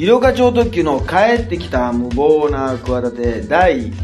医療課長特急の帰ってきた無謀な企て第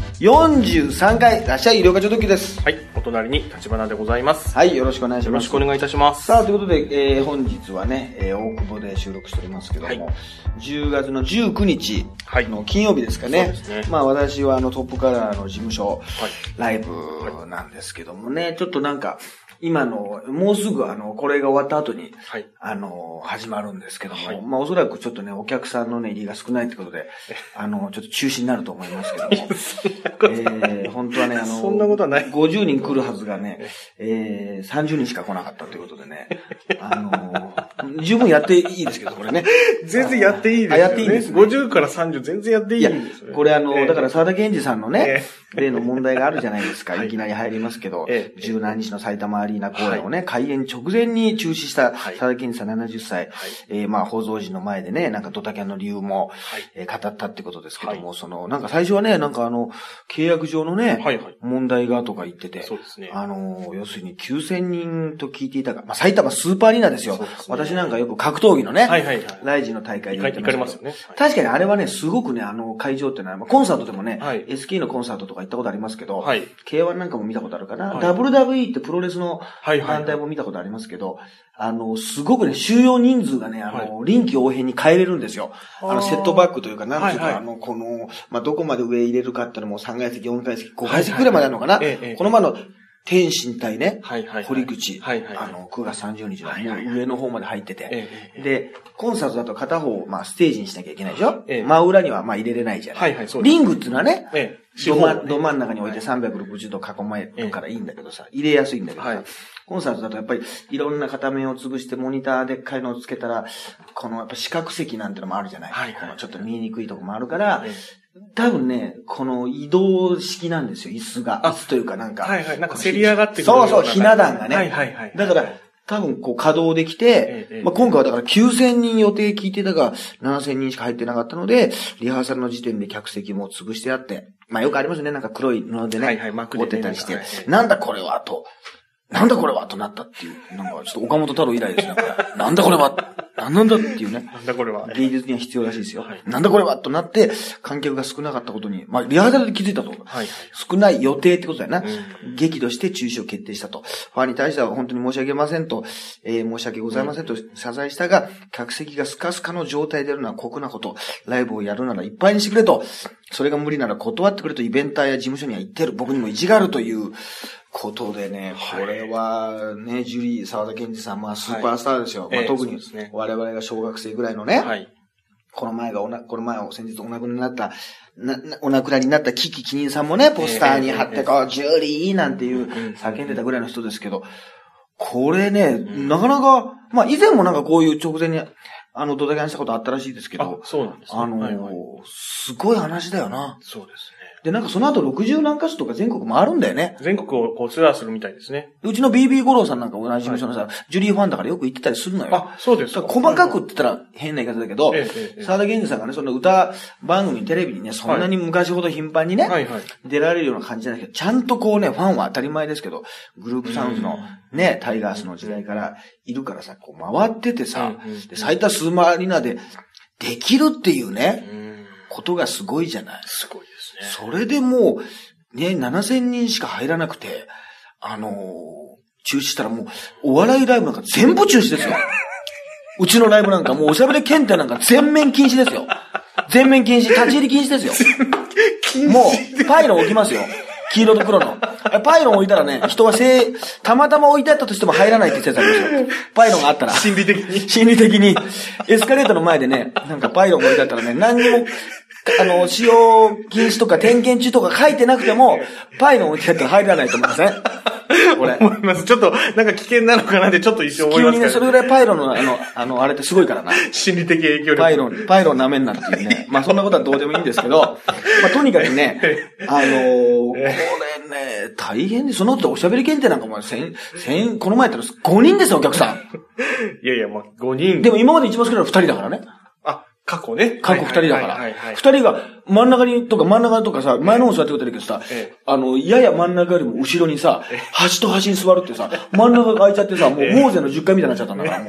43回、らっしゃい医療課長特急です。 はい、お隣に立花でございます。 はい、よろしくお願いします。 よろしくお願いいたします。 さあ、ということで、本日はね、大久保で収録しておりますけども、はい、10月の19日の金曜日ですかね。はい、そうですね。まあ私はトップカラーの事務所、ライブなんですけどもね、ちょっとなんか、今の、もうすぐこれが終わった後に、はい、始まるんですけども、はい、まあおそらくちょっとね、お客さんのね、入りが少ないってことで、ちょっと中止になると思いますけども、本当はね、 そんなことはない。 50人来るはずがね、30人しか来なかったということでね、十分やっていいですけど、これね。 全然やっていいですよね。 やっていいですね。 50から30全然やっていいですよね。 これだから沢田研二さんのね、例の問題があるじゃないですか。いきなり入りますけど、十何日の埼玉アリーナ公演をね、開演直前に中止した沢田研二さん70歳、まあ、報道陣の前でね、なんかドタキャンの理由も、語ったってことですけども、なんか最初はね、なんか契約上のね、問題がとか言ってて、 そうですね。 要するに9000人と聞いていたが、まあ、埼玉スーパーアリーナですよ。私なんかよく格闘技のね、ライジの大会に行かれますよね。 確かにあれはね、すごくね、会場ってのは、コンサートでもね、SK のコンサートとか行ったことありますけど、K1 なんかも見たことあるかな、WWE ってプロレスの団体も見たことありますけど、すごくね、収容人数がね、臨機応変に変えれるんですよ。セットバックというか、なんていうか、まあ、どこまで上入れるかってのも3階席、4階席、5階席くらいまであるのかな、この前の天心対ね、堀口、9月30日の上の方まで入ってて、で、コンサートだと片方、まあ、ステージにしなきゃいけないでしょ、真裏には、まあ、入れれないじゃない。リングっていうのはね、ど真ん中に置いて360度囲まれるからいいんだけどさ、入れやすいんだけどさ、コンサートだとやっぱりいろんな片面を潰してモニターでっかいのをつけたら、やっぱ四角席なんてのもあるじゃない。ちょっと見えにくいとこもあるから、多分ね、この移動式なんですよ、椅子が。椅子というかなんか。 なんかせり上がってくる。 そうそう、ひな壇がね。だから、多分稼働できて、まあ、今回はだから9000人予定聞いてたが、7000人しか入ってなかったので、リハーサルの時点で客席も潰してあって、まあよくありますね、なんか黒い布でね、覆ってたりして、なんだこれはとなったっていう、なんかちょっと岡本太郎以来ですね、これ。なんだこれはなんだっていうね。 なんだこれは。 芸術には必要らしいですよ。なんだこれはとなって、観客が少なかったことに、まあ、リハーサルで気づいたと。少ない予定ってことだよな。激怒して中止を決定したと。ファンに対しては本当に申し訳ませんと、申し訳ございませんと謝罪したが、客席がスカスカの状態であるのは酷なこと。ライブをやるならいっぱいにしてくれと。それが無理なら断ってくれとイベンターや事務所には言ってる。僕にも意地があるということでね、これはね、ジュリー沢田研二さん、まあスーパースターですよ。まあ、特に我々が小学生ぐらいのね、この前先日お亡くなりになった、お亡くなりになったキキキニンさんもね、ポスターに貼ってジュリーなんていう叫んでたぐらいの人ですけど、これね、なかなか、まあ以前もなんかこういう直前に、ドタキャンしたことあったらしいですけど、 そうなんですね。 すごい話だよな。 そうですね。 で、なんかその後60何カ所とか全国回るんだよね。 全国をこうツアーするみたいですね。 うちの BB 五郎さんなんか同じ事務所のさ、ジュリーファンだからよく行ってたりするのよ。 そうですか。 細かくって言ったら変な言い方だけど、沢田研二さんがね、その歌番組、テレビにね、そんなに昔ほど頻繁にね、出られるような感じじゃないけど、ちゃんとこうね、ファンは当たり前ですけど、グループサウンズのね、タイガースの時代からいるからさ、こう回っててさ、で、最多スーパーアリーナでできるっていうね、ことがすごいじゃない。 すごいですね。それでもう、ね、7000人しか入らなくて、中止したらもう、お笑いライブなんか全部中止ですよ。うちのライブなんかもうおしゃべり検定なんか全面禁止ですよ。全面禁止、立ち入り禁止ですよ。もう、パイロン置きますよ。黄色と黒の。パイロン置いたらね、人はたまたま置いてあったとしても入らないって説ありますよ。パイロンがあったら。 心理的に。エスカレーターの前でね、なんかパイロンが置いてあったらね、何にも、使用禁止とか点検中とか書いてなくても、パイロン置いてあったら入らないと思いますね。 これ。思います。ちょっと、なんか危険なのかなってちょっと一瞬思います。 急にね、それぐらいパイロンのあれってすごいからな。 心理的影響力。 パイロン舐めんなっていうね。まあそんなことはどうでもいいんですけど、まあとにかくね、これね、大変で、その後おしゃべり検定なんかもこの前やったら5人ですよ、お客さん。 いやいや、まあ5人。 でも今まで一番少ないのは2人だからね。 過去ね。 過去2人だから。2人が真ん中とかさ、前の方座ってくれてるけどさ、やや真ん中よりも後ろにさ、端と端に座るってさ、真ん中が空いちゃってさ、もうモーゼの10回みたいになっちゃったんだから、もう。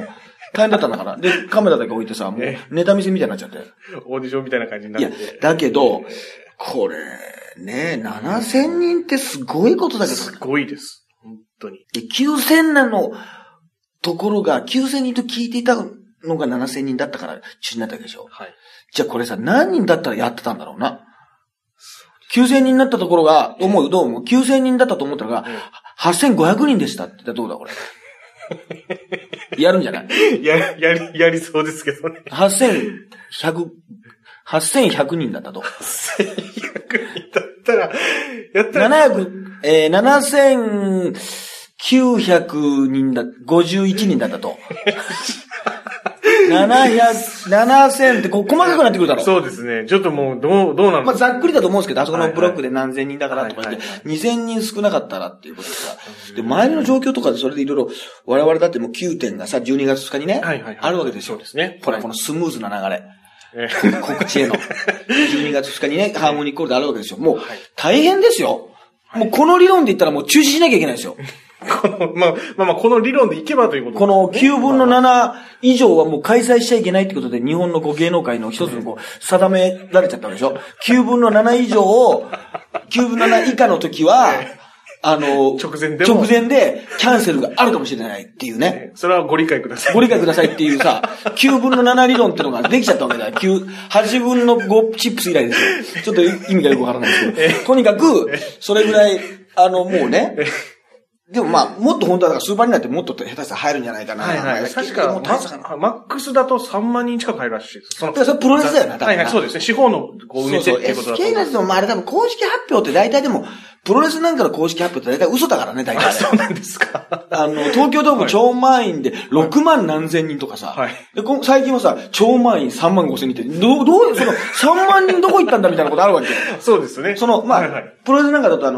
大変だったんだから。で、カメラだけ置いてさ、もうネタ見せみたいになっちゃって。 オーディションみたいな感じになって。 いや、だけど、これ、ね、7000人ってすごいことだけど。 すごいです。本当に。 で、9000のところが、9000人と聞いていたのが7000人だったから中止になったわけでしょ。はい。じゃあこれさ、何人だったらやってたんだろうな。9000人になったところが、どう思う ?9000 人だったと思ったのが、8500人でしたって言ったらどうだこれ。やるんじゃないやりそうですけどね。 8100人だったと。 8100人だったら、 7900人51人だったと。7000って細かくなってくるだろう。 そうですね。ちょっともう、どうなんだ。 まあ、ざっくりだと思うんですけど、あそこのブロックで何千人だからとか言って、2000人少なかったらっていうことでさ。で、周りの状況とかでそれでいろいろ、我々だってもう9点がさ、12月2日にね、あるわけでしょ。 そうですね。 ほら、このスムーズな流れ。告知への。12月2日にね、ハーモニックコールであるわけですよ。もう、大変ですよ。もうこの理論で言ったらもう中止しなきゃいけないですよ。 この理論でいけばということですね。この9分の7以上はもう開催しちゃいけないってことで、日本の芸能界の一つの定められちゃったわけでしょ。9分の7以上を、9分の7以下の時は、 直前でキャンセルがあるかもしれないっていうね。 それはご理解ください。 ご理解くださいっていうさ、9分の7理論ってのができちゃったわけだよ。8分の5チップス以来ですよ。ちょっと意味がよくわからないですけど。とにかく、それぐらい、もうね、でもまあ、もっと本当はだから数万人なんてもっと下手したら入るんじゃないかな。 はいはい。確か、マックスだと3万人近く入るらしいです。 それプロレスだよな、 はいはい、そうですね。地方の運営っていうことだと。 SK のやつも、まああれ多分公式発表って大体でも、プロレスなんかの公式発表って大体嘘だからね、大体。 そうなんですか。 東京ドーム超満員で6万何千人とかさ。はい。で、最近はさ、超満員3万5千人って、どうその3万人どこ行ったんだみたいなことあるわけ。 そうですね。 まあ、プロレスなんかだと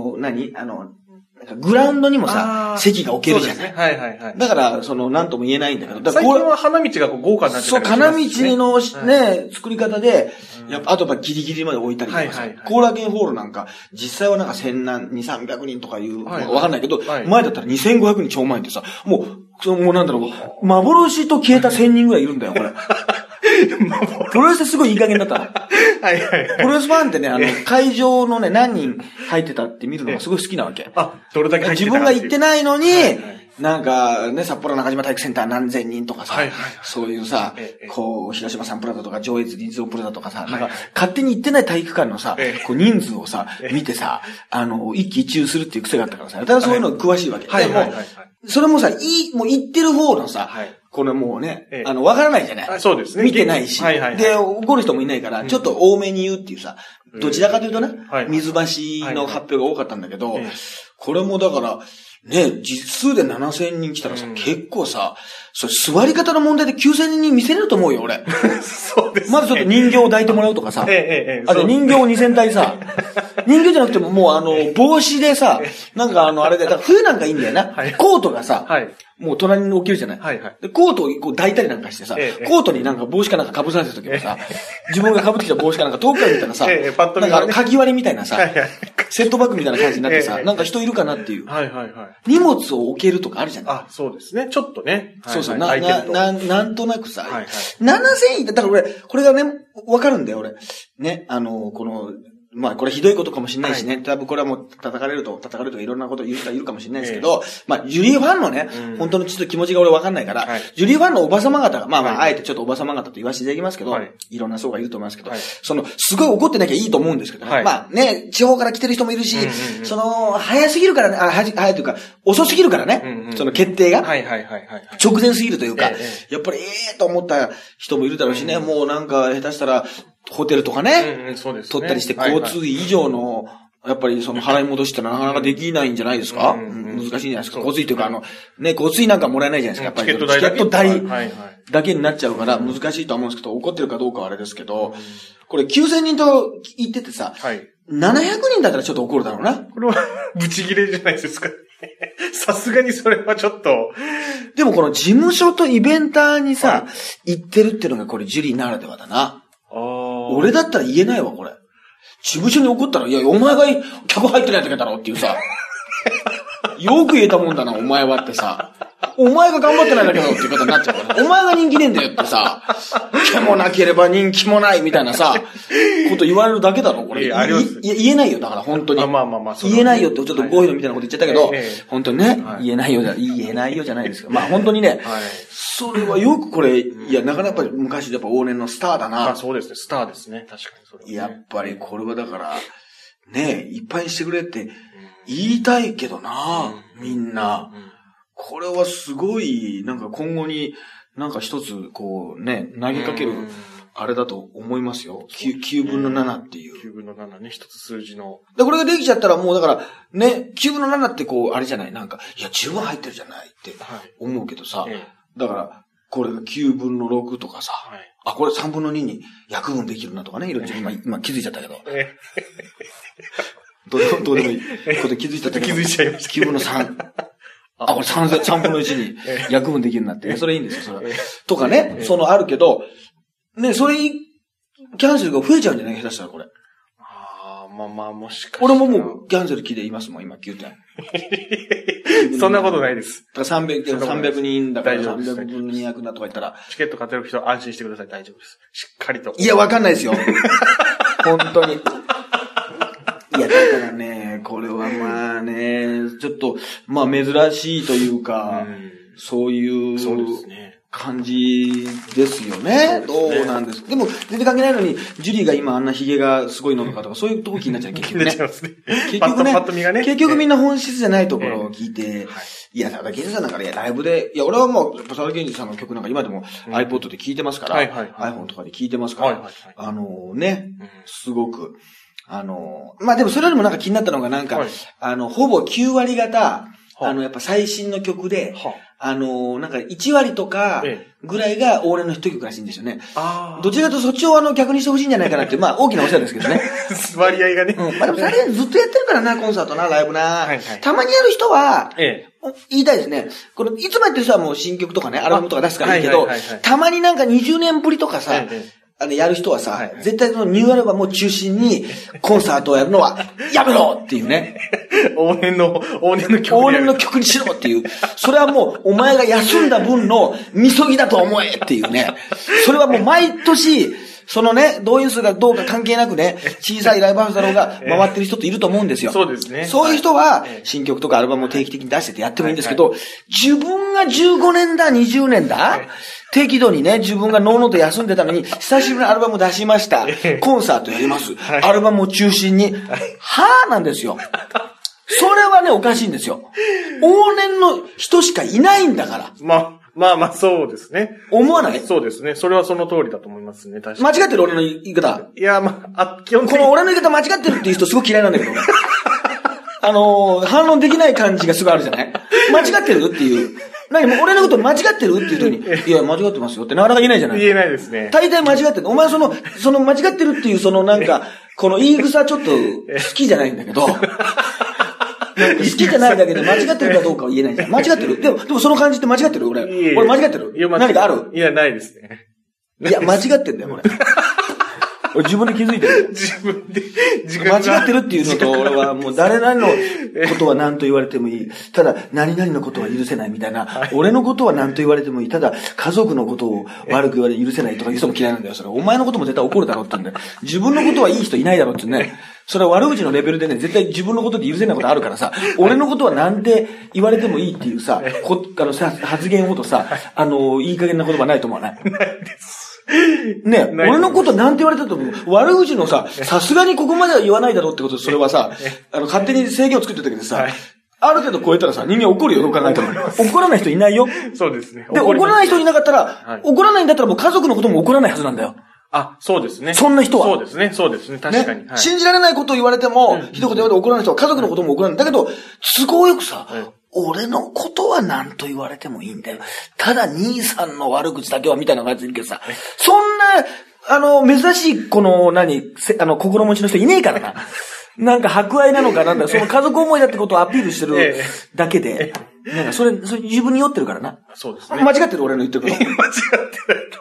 グラウンドにもさ、席が置けるじゃない。はいはいはい。だから、なんとも言えないんだけど。 最近は花道が豪華になってる。 そう、花道のね、作り方で、あとギリギリまで置いたりとかさ、後楽園ホールなんか、実際はなんか2、300人とかいう、わかんないけど、前だったら2500人超満員ってさ、もうなんだろう、幻と消えた1000人ぐらいいるんだよ、これ。プロレスってすごいいい加減だったの。はいはい。プロレスファンってね、会場のね、何人入ってたって見るのがすごい好きなわけ。 どれだけ入ってた自分が行ってないのに、なんかね、札幌中島体育センター何千人とかさ、そういうさ、広島サンプラザとか上越リゾープラザとかさ、なんか勝手に行ってない体育館のさ、人数をさ、見てさ、一喜一憂するっていう癖があったからさ、だからそういうの詳しいわけ。でも、それもさ、もう行ってる方のさ、これもうね、わからないじゃない。 そうですね。 見てないし。で、怒る人もいないから、ちょっと多めに言うっていうさ、どちらかというとね、水橋の発表が多かったんだけど、これもだから、ね、実数で7000人来たらさ、結構さ、それ座り方の問題で9000人に見せれると思うよ、俺。 そうですね。 まずちょっと人形を抱いてもらうとかさ。あと人形を2000体さ、人形じゃなくてももう帽子でさ、なんかあれで、だから冬なんかいいんだよな。コートがさ、もう隣に置けるじゃない。でコートをこう抱いたりなんかしてさ、コートになんか帽子かなんか被された時もさ、自分が被ってきた帽子かなんか遠くから見たらさ、なんかかき割りみたいなさ、セットバッグみたいな感じになってさ、なんか人いるかなっていう。荷物を置けるとかあるじゃない。 そうですね。ちょっとね。 そうそう。なんとなくさ、7000円だからこれがね、わかるんだよ、俺。ね、まあこれひどいことかもしれないしね、多分これはもう叩かれるといろんなこと言う人はいるかもしれないですけど、まあジュリーファンのね、本当のちょっと気持ちが俺わかんないから、ジュリーファンのおばさま方が、まああえてちょっとおばさま方と言わせていただきますけど、いろんな層がいると思いますけど、すごい怒ってなきゃいいと思うんですけどね、まあね、地方から来てる人もいるし、早すぎるからね、早というか、遅すぎるからね、その決定が、直前すぎるというか、やっぱりと思った人もいるだろうしね、もうなんか下手したら、ホテルとかね、取ったりして交通費以上の、やっぱり払い戻しってなかなかできないんじゃないですか、難しいんじゃないですか。交通費というか交通費なんかもらえないじゃないですか。やっぱりチケット代だけになっちゃうから難しいとは思うんですけど、怒ってるかどうかはあれですけど、これ9000人と言っててさ、700人だったらちょっと怒るだろうな。 これはブチギレじゃないですか。さすがにそれはちょっと。 でもこの事務所とイベンターにさ、行ってるっていうのがこれジュリーならではだな。俺だったら言えないわ、これ。事務所に怒ったら、いや、お前が客入ってないだけだろっていうさ。よく言えたもんだな、お前はってさ。 お前が頑張ってないだけだろっていう方になっちゃうから。お前が人気ねえんだよってさ、毛もなければ人気もないみたいなさ、こと言われるだけだろ、これ。言えないよ、だから本当に。言えないよってちょっとゴーヒドみたいなこと言っちゃったけど、本当にね、言えないよじゃないですけど、まあ本当にね、それはよくこれ、いや、なかなかやっぱり昔やっぱ往年のスターだな。 まあそうですね、スターですね、確かにそれは、ね。 やっぱりこれはだから、ね、いっぱいにしてくれって言いたいけどな、みんな。これはすごい、なんか今後になんか一つこうね、投げかける、あれだと思いますよ。9分の7っていう。 9分の7ね、一つ数字の。 で、これができちゃったらもうだから、ね、9分の7ってこう、あれじゃない、なんか、いや、十分入ってるじゃないって思うけどさ、だから、これが9分の6とかさ、あ、これ3分の2に約分できるなとかね、いろいろ今気づいちゃったけど。どうでもいい。これ気づいちゃったけど。 気づいちゃいました。 9分の3。あ、これ3分の1に約分できるなって。それいいんですよ、それ。とかね、そのあるけど、ね、それ、キャンセルが増えちゃうんじゃない下手したらこれ。 まあ、もしかしたら。 俺ももう、キャンセル機でいますもん、今、9点。 そんなことないです。 だから300人だから300分の200だとか言ったら。 チケット買ってる人安心してください、大丈夫です。しっかりと。 いや、わかんないですよ。本当に。いや、だからね、これはまあね、ちょっと、まあ珍しいというか、そういう感じですよね。どうなんです。でも、全然関係ないのに、ジュリーが今あんな髭がすごいのかとか、そういうとこ気になっちゃう、結局ね。結局ね、結局みんな本質じゃないところを聞いて、いや、ただ、ゲンさんだからライブで、いや、俺はもう、佐々木健二さんの曲なんか今でも iPod で聴いてますから、iPhone とかで聴いてますから、ね、すごく、まあでもそれよりもなんか気になったのがなんか、ほぼ9割方、やっぱ最新の曲で、なんか1割とかぐらいが往年のヒット曲らしいんですよね。どちらかというとそっちを逆にしてほしいんじゃないかなって、まあ大きなお世話ですけどね。 割合がね。 まあでもそれずっとやってるからな、コンサートな、ライブな。たまにやる人は、言いたいですね。この、いつもやってる人はもう新曲とかね、アルバムとか出すからいいけど、たまになんか20年ぶりとかさ、やる人はさ、絶対そのニューアルバムを中心にコンサートをやるのはやめろっていうね。 往年の曲にしろっていう。それはもうお前が休んだ分のみそぎだと思えっていうね。それはもう毎年、そのね、動員数がどうか関係なくね、小さいライブハウスだろうが回ってる人っていると思うんですよ。 そうですね。 そういう人は、新曲とかアルバムを定期的に出しててやってもいいんですけど、自分が15年だ、20年だ、適度にね、自分がのうのうと休んでたのに、久しぶりのアルバムを出しました。コンサートやります。アルバムを中心に、なんですよ。それはね、おかしいんですよ。往年の人しかいないんだから。 まあ、そうですね。 思わない？ そうですね。それはその通りだと思いますね。確かに。 間違ってる俺の言い方。 いや、基本的に。 この俺の言い方間違ってるっていう人すごく嫌いなんだけど。反論できない感じがすごいあるじゃない？間違ってるっていう。俺のこと間違ってるっていう人に、いや、間違ってますよってなかなか言えないじゃない？ 言えないですね。 大体間違ってる。お前その間違ってるっていうなんか、この言い草ちょっと好きじゃないんだけど、好きじゃないだけで間違ってるかどうかは言えないじゃん。間違ってる。でもその感じって間違ってる？俺間違ってる？何かある？ いや、ないですね。 いや、間違ってんだよ、これ。俺自分で気づいてる。 自分で。 間違ってるっていうのと、俺はもう誰々のことは何と言われてもいい。ただ、何々のことは許せないみたいな。俺のことは何と言われてもいい。ただ、家族のことを悪く言われ許せないとかいう人も嫌いなんだよ。それ。お前のことも絶対怒るだろうって言うんだよ。自分のことはいい人いないだろうってね。それは悪口のレベルでね、絶対自分のことで許せないことあるからさ、俺のことはなんで言われてもいいっていうさ、発言ほどさ、いい加減な言葉ないと思わない？ ないです。 ね、俺のことなんて言われたと思う？悪口のさすがにここまでは言わないだろうってことで、それはさ、勝手に制限を作ってたけどさ、ある程度超えたらさ、人間怒るよ、どう考えたら。怒らない人いないよ。 そうですね。 で、怒らない人いなかったら、怒らないんだったらもう家族のことも怒らないはずなんだよ。 そうですね。 そんな人は。 そうですね。確かに。 信じられないことを言われても、ひどいこと言われて怒らない人は家族のことも怒らない。だけど、都合よくさ、俺のことは何と言われてもいいんだよ。ただ兄さんの悪口だけはみたいな感じで言うけどさ、そんな、珍しい、心持ちの人いねえからな。なんか博愛なのかなんだ、その家族思いだってことをアピールしてるだけで、なんかそれ自分に酔ってるからな。 そうですね。 間違ってる俺の言ってること。 間違ってないと思います。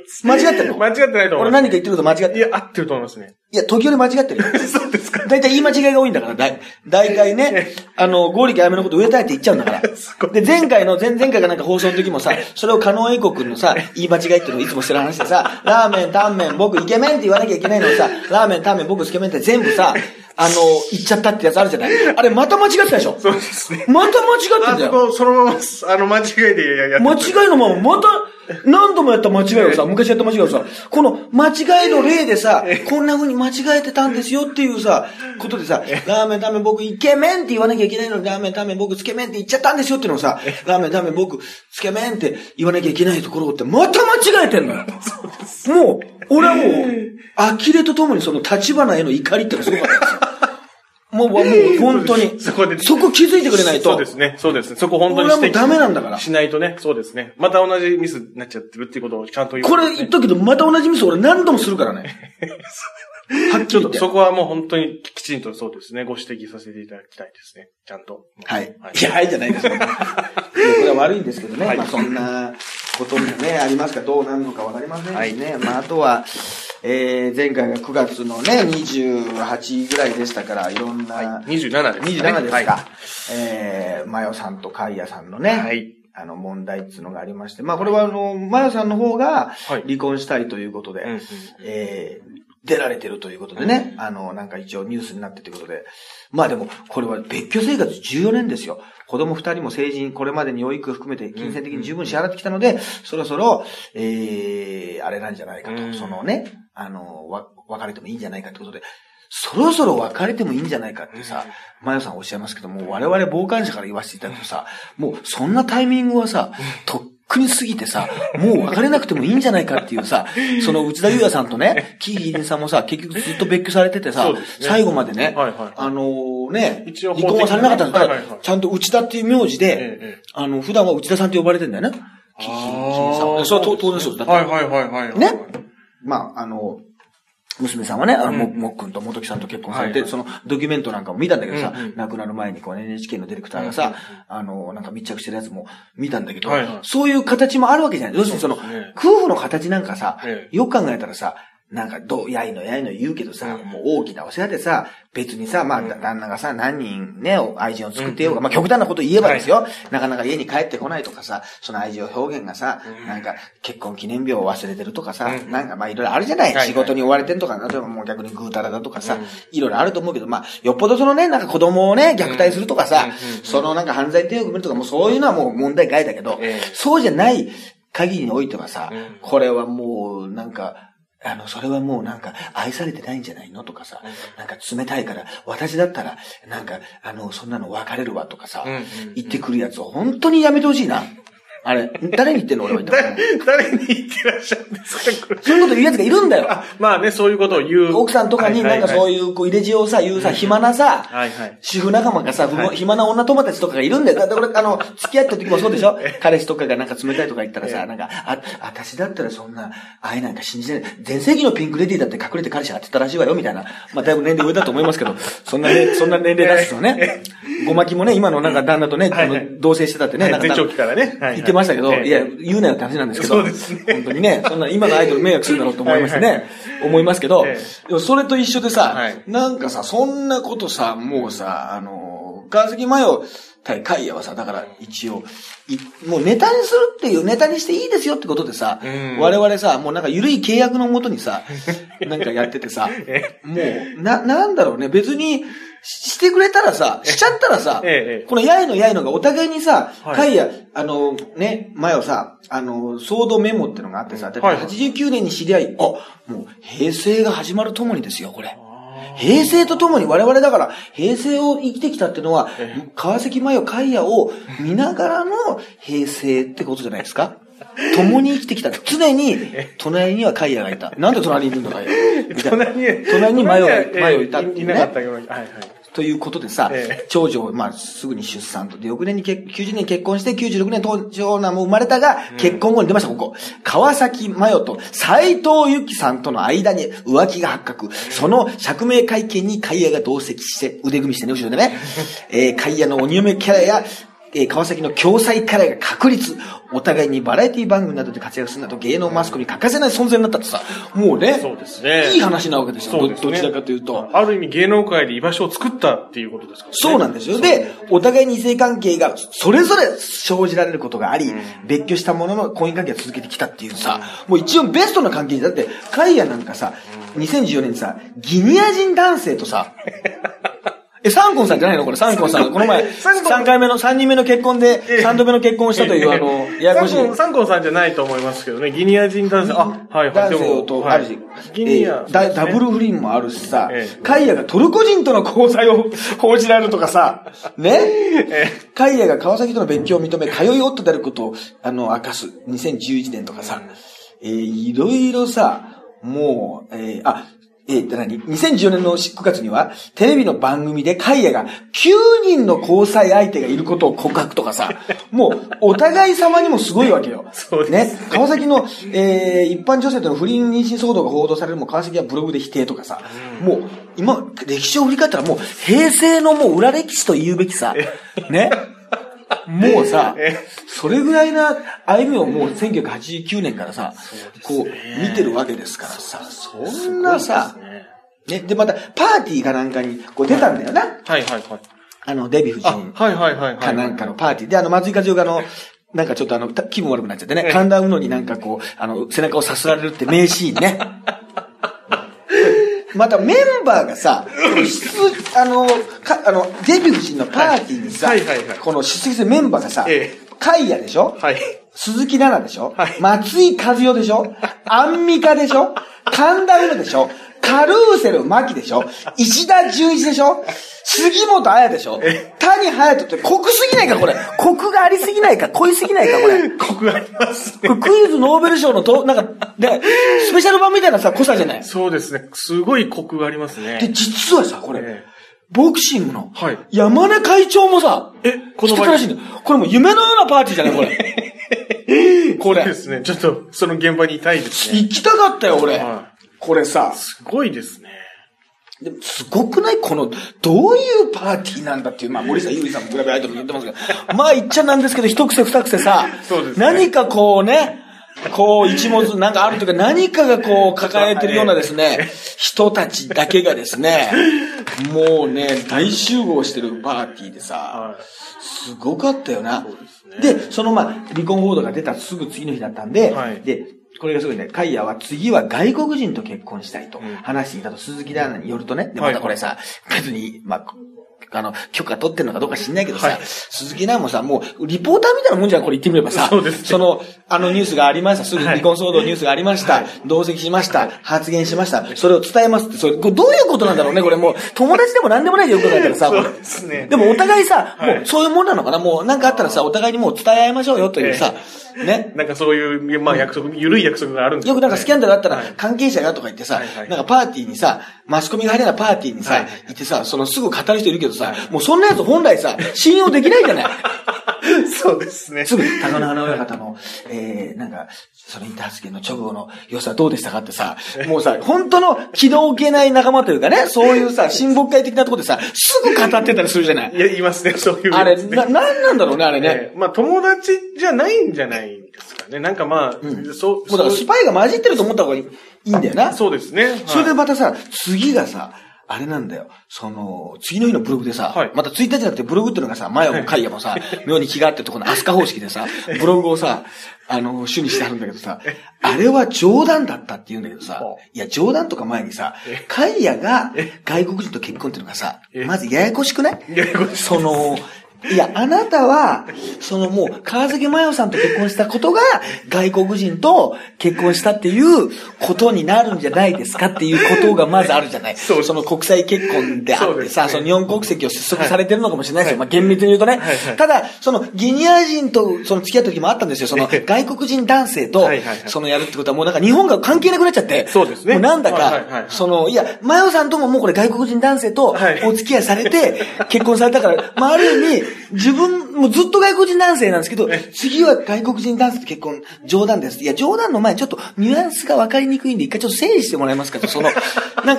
間違ってるの？ 間違ってないと思う。 俺何か言ってること間違ってる？ いや、合ってると思いますね。 いや、時折間違ってるよ。 そうですか。 だいたい言い間違いが多いんだから、だいたいね、剛力あやめのこと植えたいって言っちゃうんだから。で、前回がなんか放送の時もさ、それを加納栄子くんのさ、言い間違いっていうのをいつもしてる話でさ、ラーメン、タンメン、僕イケメンって言わなきゃいけないのにさ、ラーメン、タンメン、僕つけ麺って全部さ、言っちゃったってやつあるじゃない？あれまた間違ってたでしょ？ そうですね。 また間違ってんだよ。 そのまま、間違いでやって間違いのまま、また、何度もやった間違いをさ、昔やった間違いをさ、この間違いの例でさ、こんな風に間違えてたんですよっていうさ、ことでさ、ラーメン、タンメン、僕イケメンって言わなきゃいけないのに、ラーメン、タンメン、僕つけ麺って言っちゃったんですよっていうのをさ、ラーメン、タンメン、僕つけ麺って言わなきゃいけないところって、また間違えてんのよ。もう、俺はもう、呆れとともにその立花への怒りってのがすごかったんですよ。もう本当に。そこ気づいてくれないと。 そうですね。そこ本当に俺はもうダメなんだから。 しないとね。そうですね。また同じミスになっちゃってるっていうことをちゃんと言う、 これ言っとくけど、また同じミス俺何度もするからね。 はっきりと。そこはもう本当にきちんとそうですね。ご指摘させていただきたいですね。ちゃんと。 はい。いや、はいじゃないですよ。これは悪いんですけどね。まあそんなこともね、ありますからどうなるのかわかりませんしね。まああとは、前回が9月のね、28ぐらいでしたから、いろんな。 27ですね。 27ですか。マヨさんとカイヤさんのね。はい。問題っていうのがありまして。まあこれはマヨさんの方が離婚したいということで、出られてるということでね。なんか一応ニュースになってということで。まあでも、これは別居生活14年ですよ。子供2人も成人、これまでに養育含めて金銭的に十分支払ってきたので、そろそろ、あれなんじゃないかと。そのね、別れてもいいんじゃないかってことで、そろそろ別れてもいいんじゃないかってさ、マヨさんおっしゃいますけども、我々傍観者から言わせていただくとさ、もうそんなタイミングはさ、とっくに過ぎてさ、もう別れなくてもいいんじゃないかっていうさ、その内田裕也さんとね、キーヒンさんもさ、結局ずっと別居されててさ、最後までね、一応離婚はされなかったんだから、ちゃんと内田っていう名字で、普段は内田さんって呼ばれてんだよね。キーヒンさんは。それは当然そうだった。ね。まあ、娘さんはね、もっくんと元木さんと結婚されて、そのドキュメントなんかも見たんだけどさ、亡くなる前にこう NHK のディレクターがさ、なんか密着してるやつも見たんだけど、そういう形もあるわけじゃない。要するにその、夫婦の形なんかさ、よく考えたらさ、なんかやいの言うけどさ、もう大きなお世話でさ、別にさ、まあ、旦那がさ、何人ね、愛人を作ってようが、まあ、極端なこと言えばですよ、なかなか家に帰ってこないとかさ、その愛情表現がさ、なんか、結婚記念日を忘れてるとかさ、なんかまあ、いろいろあるじゃない。仕事に追われてるとか、例えばもう逆にぐうたらだとかさ、いろいろあると思うけど、まあ、よっぽどそのね、なんか子供をね、虐待するとかさ、そのなんか犯罪手を組めるとか、もうそういうのはもう問題外だけど、そうじゃない限りにおいてはさ、これはもう、なんか、それはもうなんか愛されてないんじゃないのとかさ、なんか冷たいから、私だったら、なんか、そんなの別れるわとかさ、言ってくるやつを本当にやめてほしいな。あれ、誰に言ってんの俺は言ったの誰に言ってらっしゃるんですかそういうこと言うやつがいるんだよ。 まあね、そういうことを言う。 奥さんとかになんかそういう入れ知恵をさ、言うさ、暇なさ、主婦仲間がさ、暇な女友達とかがいるんだよ。だから、付き合った時もそうでしょ彼氏とかがなんか冷たいとか言ったらさ、なんか、私だったらそんな愛なんか信じない。前世紀のピンクレディーだって隠れて彼氏当てたらしいわよ、みたいな。まあ、だいぶ年齢上だと思いますけど、そんな年齢出すのね。ごまきもね、今のなんか旦那とね、同棲してたってね、なんか。 前兆期からね。 言ってましたけど、いや、言うなよって話なんですけど、 そうですね。 本当にね、そんな今のアイドル迷惑するんだろうと思いますね。思いますけど、それと一緒でさ、なんかさ、そんなことさ、もうさ、川崎麻世対カイヤはさ、だから一応、もうネタにするっていう、ネタにしていいですよってことでさ、我々さ、もうなんか緩い契約のもとにさ、なんかやっててさ、もう、なんだろうね、別に、してくれたらさ、しちゃったらさ、このやいのがお互いにさ、カイヤ、ね、前をさ、ソードメモってのがあってさ、89年に知り合い、もう平成が始まるともにですよ、これ。平成とともに我々だから平成を生きてきたっていうのは、川崎麻世カイヤを見ながらの平成ってことじゃないですか。共に生きてきた。常に隣にはカイヤがいた。なんで隣にいるのかよ。隣に麻世いたっていうね。ということでさ、長女をまあすぐに出産と。で、翌年に90年結婚して96年長男も生まれたが、結婚後に出ました、ここ。川崎麻世と斉藤由貴さんとの間に浮気が発覚。その釈明会見にカイヤが同席して、腕組みしてね、後ろでね。カイヤの鬼嫁キャラや、 川崎の共済カラーが確立。お互いにバラエティ番組などで活躍するなど芸能マスコミに欠かせない存在になったとさ、もうね。 そうですね。 いい話なわけですよ。 そうですね。 どちらかというと。 ある意味芸能界で居場所を作ったっていうことですからね。 そうなんですよ。で、お互いに異性関係がそれぞれ生じられることがあり、別居したものの婚姻関係を続けてきたっていうさ、もう一応ベストな関係だって、カイヤなんかさ、2014年にさ、ギニア人男性とさ、サンコンさんじゃないのこれ、サンコンさん。この前、3人目の結婚で、3度目の結婚をしたという、 ややこしい。サンコンさんじゃないと思いますけどね、ギニア人男性、 男性とあるし、ギニア、ダブル不倫もあるしさ、カイヤがトルコ人との交際を報じられるとかさ、ね、カイヤが川崎との別居を認め、通い夫であることを、明かす、2011年とかさ、いろいろさ、もう、2014年の9月には、テレビの番組でカイヤが9人の交際相手がいることを告白とかさ、もう、お互い様にもすごいわけよ。 そうですね。川崎の、一般女性との不倫妊娠騒動が報道されるも、川崎はブログで否定とかさ、もう、今、歴史を振り返ったらもう、平成のもう裏歴史と言うべきさ、ね。もうさ、それぐらいな歩みをもう1989年からさ、こう見てるわけですからさ、そんなさ、ね、でまたパーティーかなんかにこう出たんだよな。 はいはいはい。 デヴィ夫人かなんかのパーティーで、松井和夫がなんかちょっと気分悪くなっちゃってね、神田うのになんかこう、背中をさすられるって名シーンね。またメンバーがさ、デヴィ夫人のパーティーにさ、この出席するメンバーがさ、カイヤでしょ、鈴木奈々でしょ、松井和代でしょ、アンミカでしょ、神田うのでしょ、カルーセル牧でしょ、石田純一でしょ、杉本彩でしょ、谷隼人って濃くすぎないかこれ。コクがありすぎないか、濃いすぎないかこれ。 コクがありますね。 これクイズノーベル賞のなんか、で、スペシャル版みたいなさ、濃さじゃない？ そうですね。すごいコクがありますね。 で、実はさ、これ、ボクシングの、山根会長もさ、この場に来てたらしいんだよ。これもう夢のようなパーティーじゃないこれ。これ。 そうですね。ちょっと、その現場にいたいですね。 行きたかったよ、俺。これさ。 すごいですね。 でも、すごくないどういうパーティーなんだっていう、森さん、ゆりさんもグラビアアイドル言ってますけど、言っちゃなんですけど、一癖二癖さ、 そうですね、 何かこうね、一物なんかあるというか、何かが抱えてるようなですね、人たちだけがですね、もうね、大集合してるパーティーでさ、すごかったよな。で、離婚報道が出たすぐ次の日だったんで、で、これがすごいね、カイヤは次は外国人と結婚したいと話していたと、鈴木奈々によるとね、で、またこれさ、別に、許可取ってんのかどうか知んないけどさ、鈴木奈々もさ、もう、リポーターみたいなもんじゃん、これ言ってみればさ、 そうです、 ニュースがありました、すぐ離婚騒動ニュースがありました、同席しました、発言しました、それを伝えますって、これどういうことなんだろうね、これもう、友達でも何でもないでよく考えたらさ、 そうですね。 でもお互いさ、もう、そういうもんなのかな、もう、なんかあったらさ、お互いにもう伝え合いましょうよというさ、ね。 なんかそういう、約束、緩い約束があるんですよくなんかスキャンダルあったら、関係者がとか言ってさ、なんかパーティーにさ、マスコミが入れないパーティーにさ、行ってさ、すぐ語る人いるけどさ、もうそんなやつ本来さ、信用できないじゃない。 そうですね。 すぐ、高野花親方の、なんか、そのインター発言の直後の良さどうでしたかってさ、もうさ、本当の気の置けない仲間というかね、そういうさ、親睦会的なところでさ、すぐ語ってたりするじゃない。 いや、言いますね、そういう、 あれ、なんなんだろうね、あれね。 友達じゃないんじゃないですかね。なんかもうだからスパイが混じってると思った方がいいんだよな。 そうですね。 それでまたさ、次がさ、あれなんだよ。次の日のブログでさ、またツイッターじゃなくてブログっていうのがさ、マヤもカイヤもさ、妙に気があってるところのアスカ方式でさ、ブログをさ、主にしてあるんだけどさ、あれは冗談だったって言うんだけどさ、いや、冗談とか前にさ、カイヤが外国人と結婚っていうのがさ、まずややこしくない？ ややこしい。 いや、あなたは、もう、川崎麻世さんと結婚したことが、外国人と結婚したっていうことになるんじゃないですかっていうことがまずあるじゃない。その国際結婚であってさ、日本国籍を失速されてるのかもしれないですよ。厳密に言うとね。ただ、ギニア人と付き合った時もあったんですよ。外国人男性と、やるってことはもうなんか日本が関係なくなっちゃって。 そうですね。 もうなんだか、いや、麻世さんとももうこれ外国人男性とお付き合いされて、結婚されたから、ある意味、自分もずっと外国人男性なんですけど、次は外国人男性と結婚、冗談です。いや、冗談の前にちょっとニュアンスが分かりにくいんで、一回ちょっと整理してもらえますかと、なんか、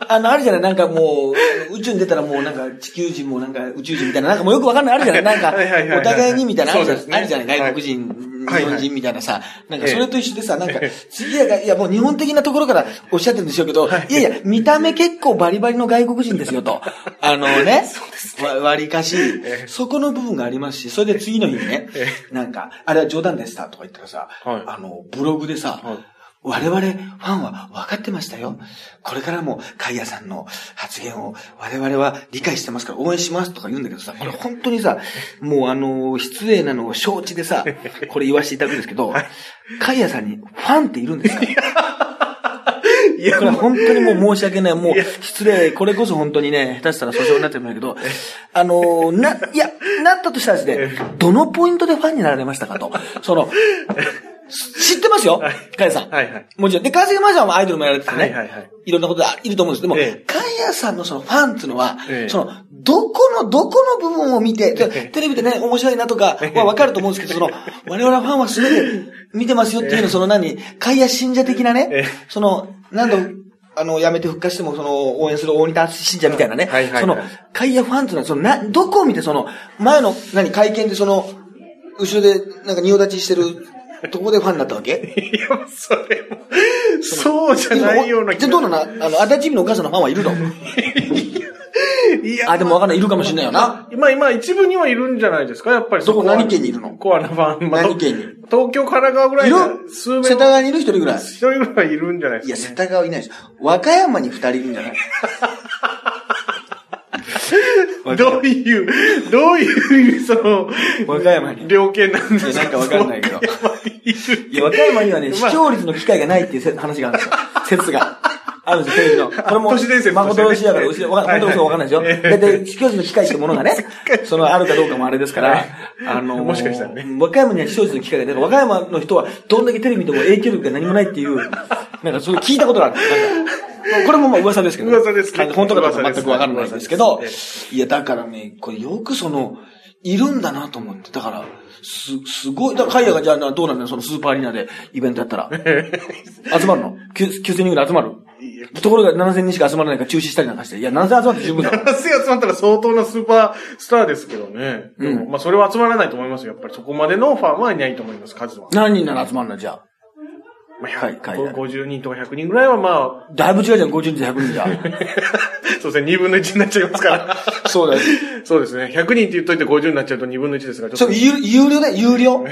あるじゃない、なんかもう、宇宙に出たらもうなんか地球人もなんか宇宙人みたいな、なんかもうよくわかんないあるじゃない、なんか、お互いにみたいなあるじゃない、外国人、日本人みたいなさ、なんかそれと一緒でさ、なんか、次いやもう日本的なところからおっしゃってるんでしょうけど、いやいや、見た目結構バリバリの外国人ですよと。ね、割かし、そこの部分がありますし、それで次の日にね、なんか、あれは冗談でしたとか言ったらさ、ブログでさ、我々ファンは分かってましたよ。これからもカイヤさんの発言を我々は理解してますから応援しますとか言うんだけどさ、これ本当にさ、もう失礼なのを承知でさ、これ言わせていただくんですけど、カイヤさんにファンっているんですか？いや、これ本当にもう申し訳ない。もう失礼。これこそ本当にね、下手したら訴訟になってるんだけど、なったとしたらですね、どのポイントでファンになられましたかと。知ってますよ、カイヤさん。はいはい。もちろん。で、川崎麻雀はアイドルもやられててね。はいはいはい。いろんなことがいると思うんですけども、カイヤさんのそのファンっていうのは、どこの部分を見て、テレビでね、面白いなとかはわかると思うんですけど、我々はファンはすべて見てますよっていうの、カイヤ信者的なね、辞めて復活しても、応援する大仁田信者みたいなね、カイヤファンっていうのは、どこを見て、前の、会見で後ろで、仁王立ちしてる、どこでファンになったわけ？ いや、それも、そうじゃないような気が。 じゃあどうなの？足立美のお母さんのファンはいるの？いや。でもわかんない。いるかもしれないよな。 今、一部にはいるんじゃないですか、やっぱり。 どこ、何県にいるの？ コアなファン。 何県に？ 東京、神奈川ぐらいの数名。世田谷にいる一人ぐらい。 一人ぐらいいるんじゃないですか、 いや、世田谷いないでしょ。和歌山に二人いるんじゃない？ どういう、 和歌山に。 猟犬なんですか？ なんかわかんないけど。いや、和歌山にはね、視聴率の機会がないっていう話があるんですよ。説が。あるんですよ、テレビの。これも、 都市伝説。 誠の市だから、本当にそうわかんないですよ。で、視聴率の機会ってものがね、あるかどうかもあれですから、 もしかしたらね。 和歌山には視聴率の機会がない。和歌山の人は、どんだけテレビでも影響力が何もないっていう、それ聞いたことがあるんです。これも噂ですけど。 噂ですね。 本当かどうか全くわからないですけど、いや、だからね、これよくいるんだなと思って、だから、すごい、だからカイヤがじゃあどうなんだよ、スーパーアリーナでイベントやったら。集まるの ?9000 人ぐらい集まる？ところが7000人しか集まらないから中止したりなんかして。いや、7000集まって十分だ。 7000集まったら相当なスーパースターですけどね。でも、それは集まらないと思いますよ。やっぱりそこまでのファンはいないと思います、数は。 何人なら集まるのじゃあ。 50人とか100人ぐらいはだいぶ違うじゃん、50人と100人じゃ。 そうですね、2分の1になっちゃいますから。 そうだよ。 そうですね、100人って言っといて50になっちゃうと2分の1ですから。 そう、有料だよ、有料。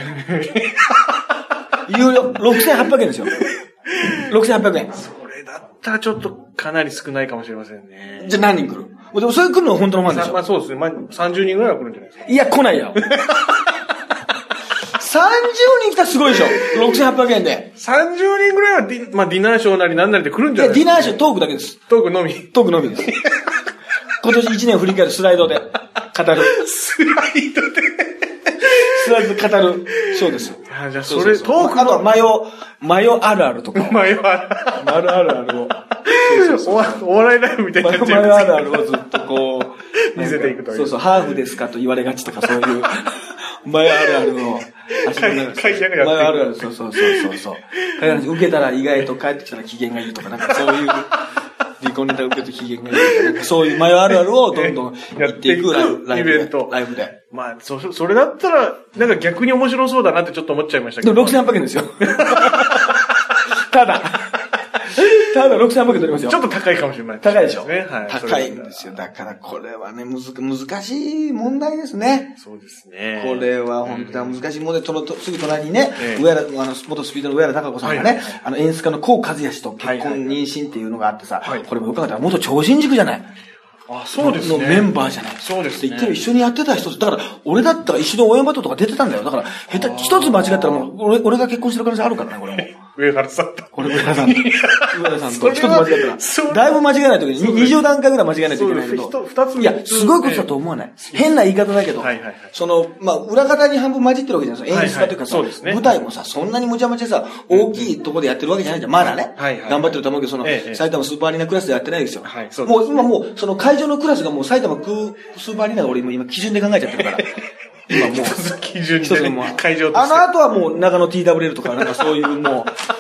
有料、6800円ですよ。6800円。 それだったらちょっとかなり少ないかもしれませんね。 じゃあ何人来る？でもそれ来るのは本当のファンでしょ？ そうですね、30人ぐらいは来るんじゃないですか。 いや、来ないよ。30人来たらすごいでしょ ?6800 円で。 30人ぐらいはディナーショーなりなんなりで来るんじゃないですか。 いや、ディナーショートークだけです。 トークのみ。 トークのみです。今年1年振り返るスライドで語る。 スライドでスライドで語る。そうです。 じゃあそれ、トークあとはマヨあるあるとか。 マヨあるを。お笑いライブみたいになっちゃう。 マヨあるあるをずっとこう、見せていくという。 そう、ハーフですかと言われがちとかそういう。マヨあるあるを。 会社がやってる。 マヨあるある、そう。受けたら意外と帰ってきたら機嫌がいいとか、なんかそういう、離婚ネタ受けて機嫌がいいとか、なんかそういうマヨあるあるをどんどんやっていくイベント。 ライブで。 それだったら、なんか逆に面白そうだなってちょっと思っちゃいましたけど。 でも6800円ですよ。ただ6800円取りますよ。 ちょっと高いかもしれない。 高いでしょ。 ね、はい。 高いんですよ。だからこれはね、難しい問題ですね。 そうですね。 これは本当に難しい問題。すぐ隣にね、元スピードの上原貴子さんがね、演出家の高和也氏と結婚妊娠っていうのがあってさ、これも伺ったら元超新塾じゃない。 あ、そうですね。 のメンバーじゃない。 そうですね。 言ってる一緒にやってた人、だから、俺だったら一緒に応援バトルとか出てたんだよ。だから、一つ間違ったらもう、俺が結婚してる可能性あるからね、これも。 上原さんと。 これ上原さんと。上原さんと。一つ間違ったら。だいぶ間違えないときに、20段階ぐらい間違えないといけないけど。 二つ。 いや、すごいことだと思わない。変な言い方だけど。裏方に半分混じってるわけじゃないですか。演出家というかさ、舞台もさ、そんなにむちゃむちゃさ、大きいとこでやってるわけじゃないじゃん。まだね。頑張ってると思うけど、埼玉スーパーアリーナクラスでやってないですよ。もう今その会場のクラスがもう埼玉スーパーアリーナが俺今基準で考えちゃってるから。今もう。 基準で会場として。 あとはもう長野 TWL とかなんかそういうもう、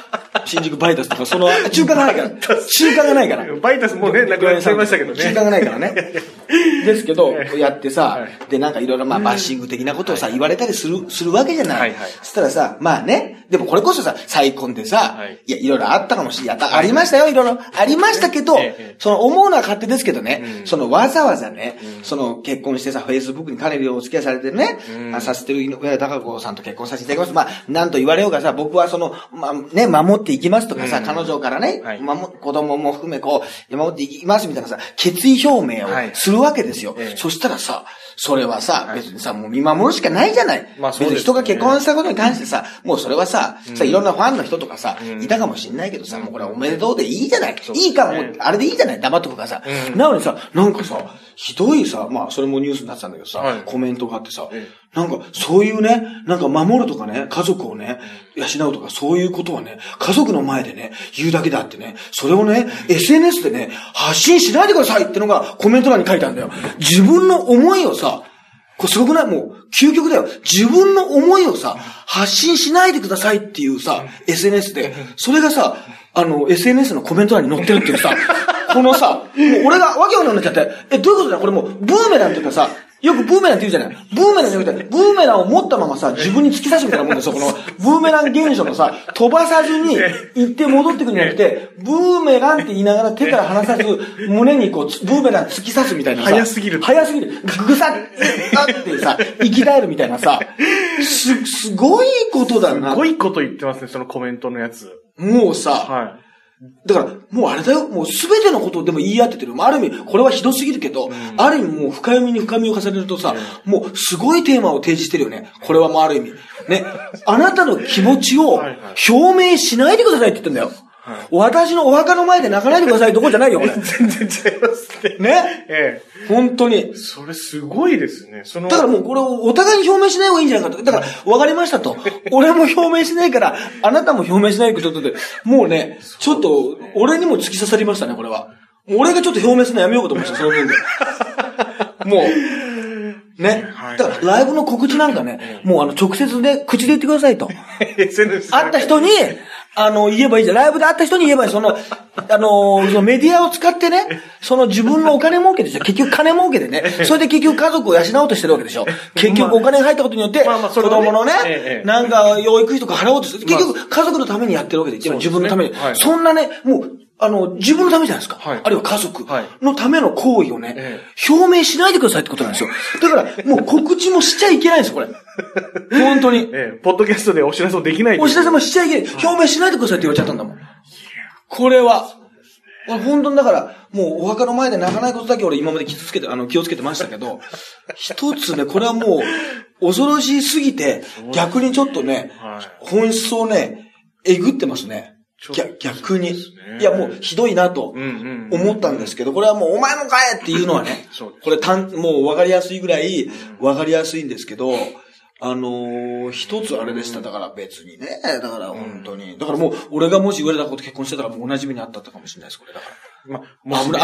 新宿バイタスとか、その、中間がないから。中間がないから。 バイタスもね、なくなっちゃいましたけどね。 中間がないからね。ですけど、やってさ、で、なんかいろいろまあ、バッシング的なことをさ、言われたりするわけじゃない。そしたらさ、まあね、でもこれこそさ、再婚でさ、いや、いろいろあったかもしれない。ありましたよ、いろいろ。ありましたけど、その、思うのは勝手ですけどね、その、わざわざね、その、結婚してさ、Facebook にかなりお付き合いされてね、させてる井上貴子さんと結婚させていただきます。まあ、なんと言われようがさ、僕はその、まあ、ね、守っていきますとかさ、彼女からね、子供も含めこう、守っていきますみたいなさ、決意表明をするわけですよ。そしたらさ、それはさ、別にさ、もう見守るしかないじゃない。まあそうですね。別に人が結婚したことに関してさ、もうそれはさ、いろんなファンの人とかさ、いたかもしんないけどさ、もうこれはおめでとうでいいじゃない。いいかもう、あれでいいじゃない。黙っとくからさ。なのにさ、なんかさ、ひどいさ、まあそれもニュースになってたんだけどさ、コメントがあってさ、なんかそういうね、なんか守るとかね、家族をね、養うとかそういうことはね、家族の前でね、言うだけだってね、それをね、SNS でね、発信しないでくださいってのがコメント欄に書いてあるんだよ。自分の思いをさ、これすごくない？もう、究極だよ。自分の思いをさ、発信しないでくださいっていうさ、SNS で、それがさ、SNS のコメント欄に載ってるっていうさ、このさ、もう俺がわけわかんなくなっちゃって、どういうことだこれもう、ブーメランっていうかさ、よくブーメランって言うじゃない。ブーメランじゃなくて、ブーメランを持ったままさ、自分に突き刺すみたいなもんですよ。この、ブーメラン現象のさ、飛ばさずに行って戻ってくるんじゃなくて、ブーメランって言いながら手から離さず、胸にこう、ブーメラン突き刺すみたいなさ。 早すぎる。 早すぎる。ぐさってさ、生き絶えるみたいなさ、すごいことだな。 すごいこと言ってますね、そのコメントのやつ。 もうさ、だから、もうあれだよ、もうすべてのことをでも言い合っててる。ある意味、これはひどすぎるけど、ある意味もう深読みに深みを重ねるとさ、もうすごいテーマを提示してるよね。これはもうある意味。ね。あなたの気持ちを表明しないでくださいって言ってんだよ。私のお墓の前で泣かないでくださいどころじゃないよ、これ。 全然違いますね。 ね。本当に。 それすごいですね。 だからもうこれをお互いに表明しない方がいいんじゃないかと。だから、わかりましたと。俺も表明しないから、あなたも表明しないということで、もうね、ちょっと、俺にも突き刺さりましたね、これは。俺がちょっと表明するのやめようかと思いました、その分で。もう、ね。だから、ライブの告知なんかね、もう直接で、口で言ってくださいと。会った人に、言えばいいじゃん。ライブで会った人に言えばいい。そのメディアを使ってね、その自分のお金儲けでしょ。結局金儲けでね。それで結局家族を養おうとしてるわけでしょ。結局お金が入ったことによって、子供のね、なんか養育費とか払おうとする。結局家族のためにやってるわけで、自分のために。そんなね、もう、自分のためじゃないですか。あるいは家族のための行為をね、表明しないでくださいってことなんですよ。だから、もう告知もしちゃいけないんですよ、これ。本当に。 ポッドキャストでお知らせもできない。 お知らせもしちゃいけない。表明しないでくださいって言われちゃったんだもん。これは、本当にだから、もうお墓の前で泣かないことだけ俺今まで気をつけてましたけど、一つね、これはもう、恐ろしすぎて、逆にちょっとね、本質をね、えぐってますね。逆に。いや、もうひどいなと思ったんですけど、これはもうお前もかえっていうのはね、これもうわかりやすいぐらいわかりやすいんですけど、一つあれでした。だから別にね。だから本当に。だからもう、俺がもし言われたこと結婚してたらもう同じ目にあったかもしれないです、これだから。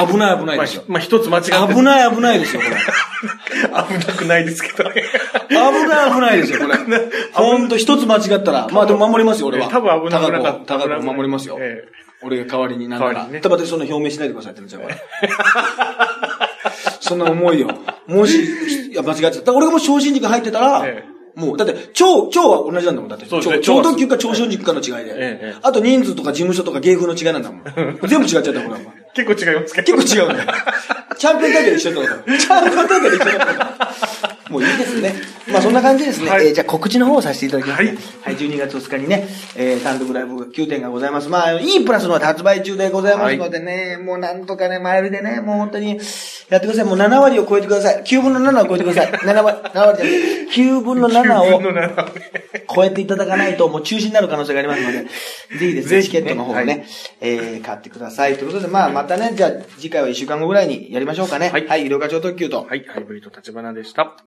危ないですよ。 一つ間違って危ないですよ、これ。 危なくないですけどね。 危ないですよ、これ。ほんと一つ間違ったら。まあでも守りますよ、俺は。 多分危なかった。 高く守りますよ。俺が代わりになんか。たまでそんな表明しないでくださいって言うんですよ、これ。そんな思いよ。もし、間違ってた。俺がもし超新塾入ってたら、もう、だって、超は同じなんだもん。だって、超特急か超新塾かの違いで。あと人数とか事務所とか芸風の違いなんだもん。全部違っちゃった、これは。 結構違いますけど。結構違うね。チャンピオン大会一緒だったから。チャンピオン大会一緒だったから。もういいですね。まあそんな感じですね。じゃあ告知の方をさせていただきます。はい。12月2日にね、単独ライブ9点がございます。まあ、E プラスの発売中でございますのでね、もうなんとかね、前売りでね、もう本当にやってください。もう7割を超えてください。9分の7を超えてください。7割じゃなくて、9分の7を超えていただかないと、もう中止になる可能性がありますので、ぜひですね、チケットの方をね、買ってください。ということで、まあまたね、じゃあ次回は1週間後ぐらいにやりましょうかね。はい。医療課長特急と。 はい。ハイブリッド立花でした。